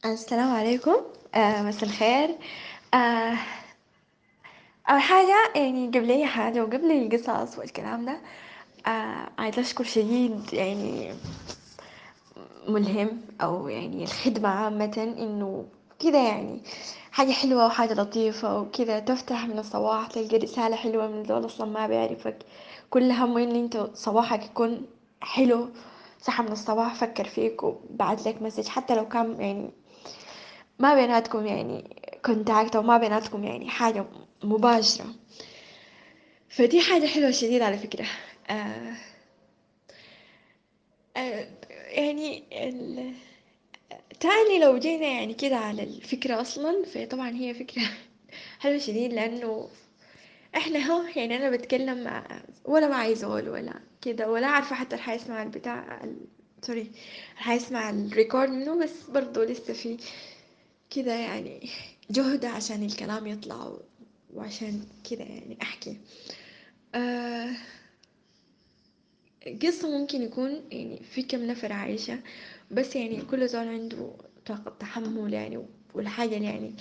السلام عليكم. مساء الخير. آه أول حاجة يعني قبل أي حاجة وقبل القصص والكلام ده، عايزة أشكر شديد يعني ملهم أو يعني الخدمة عامة إنه كده يعني حاجة حلوة وحاجة لطيفة وكده تفتح من الصباح تلقى رسالة حلوة من زول أصلا ما بيعرفك، كل همه إن أنت صباحك يكون حلو. صحى من الصباح فكر فيك وبعت لك مسج حتى لو كان يعني ما بيناتكم يعني كونتاكت او ما بيناتكم يعني حاجة مباشرة. فدي حاجة حلوة شديد على فكرة. آه آه يعني تاني لو جينا يعني كده على الفكرة اصلا فطبعا هي فكرة حلوة شديد لانه احنا هو يعني انا بتكلم مع ولا معي زول ولا كده ولا عارفة حتى اللي حيسمع البتاع سوري اللي حيسمع الريكورد منه، بس برضو لسه في كده يعني جهد عشان الكلام يطلع وعشان كده يعني أحكي. آه قصة ممكن يكون يعني في كم نفر عايشة، بس يعني كل زول عنده طاقة تحمل يعني، والحاجة اللي يعني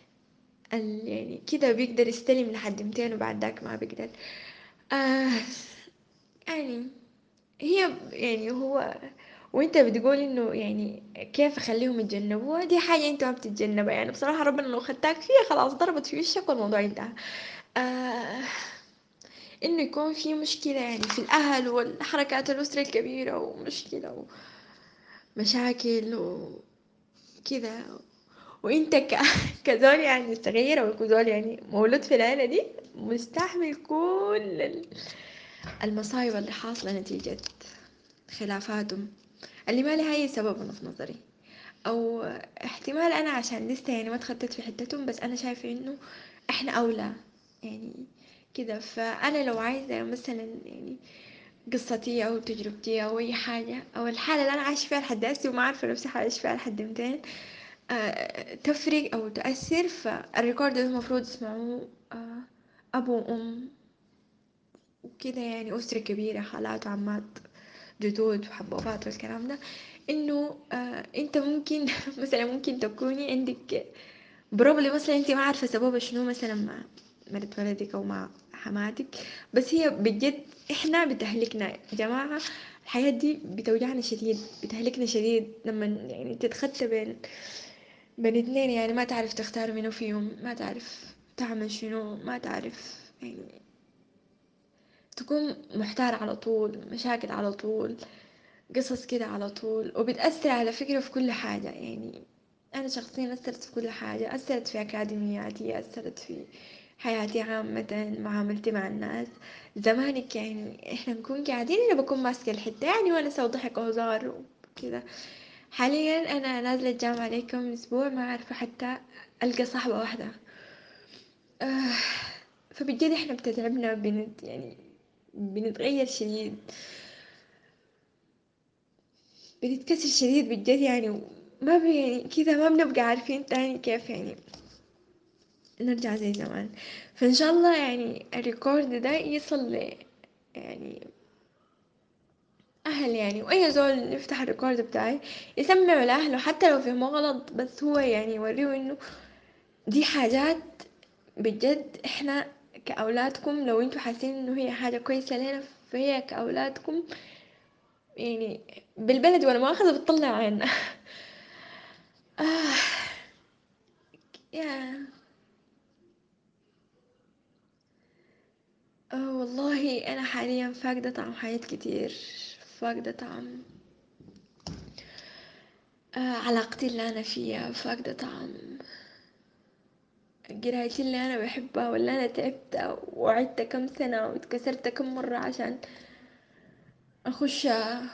يعني كده بيقدر يستلم لحد 200 وبعد ذاك ما بيقدر. آه يعني هي يعني هو وانت بتقول انه يعني كيف اخليهم يتجنبوها، دي حاجة انت ما بتتجنبها يعني بصراحة، ربنا لو خدتك فيها خلاص ضربت في وشك والموضوع انتهى. آه انه يكون في مشكلة يعني في الاهل والحركات الاسرة الكبيرة ومشكلة ومشاكل وكده، وانت كزول يعني صغير او كزول يعني مولود في العيلة دي مستحمل كل المصايب اللي حاصلة نتيجة خلافاتهم اللي ما لها اي سبب أنا في نظري، او احتمال انا عشان لسه يعني ما اتخطيت في حتتهم، بس انا شايفة انه احنا اولى يعني كده. فانا لو عايزة مثلا يعني قصتي او تجربتي او اي حاجة او الحالة اللي انا عايش فيها لحد هسه وما عارفة نفسي حعيش فيها لحد 200 تفرق او تأثر، فالريكورد ده المفروض يسمعوه ابو وام وكده يعني أسرة كبيرة، خالات وعمات جدود وحبوبات والكلام ده. انه انت ممكن مثلا ممكن تكوني عندك بروبلي مثلا انت ما عارفة سببها شنو مثلا مع مرت ولدك او مع حماتك، بس هي بجد احنا بتهلكنا يا جماعة. الحياة دي بتوجعنا شديد، بتهلكنا شديد لما يعني تتخطى بين اتنين يعني ما تعرف تختار منو فيهم، ما تعرف تعمل شنو، ما تعرف يعني تكون محتار على طول، مشاكل على طول، قصص كده على طول، وبتأثر على فكرة في كل حاجة يعني. أنا شخصيا أثرت في كل حاجة، أثرت في أكاديمياتي، أثرت في حياتي عامة، معاملتي مع الناس. زمانك يعني إحنا نكون قاعدين أنا بكون ماسكة الحتة يعني ونسى وضحك وهزار وكده. حاليا أنا نازلة الجامعة لي كم أسبوع ما عارفة حتى ألقى صاحبة واحدة. آه فبجد إحنا بتتعبنا يعني بنتغير شديد، بنتكسر شديد بجد يعني، ما يعني كذا ما بنبقى عارفين تاني كيف يعني نرجع زي زمان. فإن شاء الله يعني الريكورد ده يصل يعني أهل يعني، وأي زول يفتح الريكورد بتاعي يسمعوا لأهله حتى لو فهموا غلط، بس هو يعني يوريه إنه دي حاجات بجد إحنا كأولادكم لو انتوا حاسين إنه هي حاجة كويسة لنا، فهي كأولادكم يعني بالبلد ولا مؤاخذة بتطلع عنا. آه يا والله أنا حاليا فاقدة طعم حاجات كتير، فاقدة طعم علاقتي اللي أنا فيها، فاقدة طعم قرايتي اللي أنا بحبها واللي أنا تعبت وعدت كم سنة واتكسرت كم مرة عشان أخشها،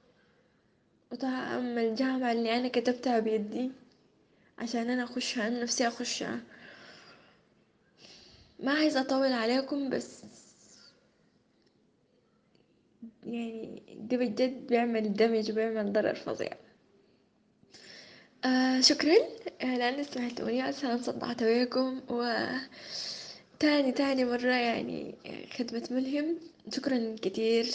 وطعم الجامعة اللي أنا كتبتها بيدي عشان أنا أخشها، أنا نفسي أخشها. ما عايزة أطول عليكم، بس يعني ده بجد بيعمل دمج وبيعمل ضرر فظيع. شكرا لأن سمعتوني، أسفة صدعت بيكم تاني مرة يعني خدمة ملهم. شكرا كتير.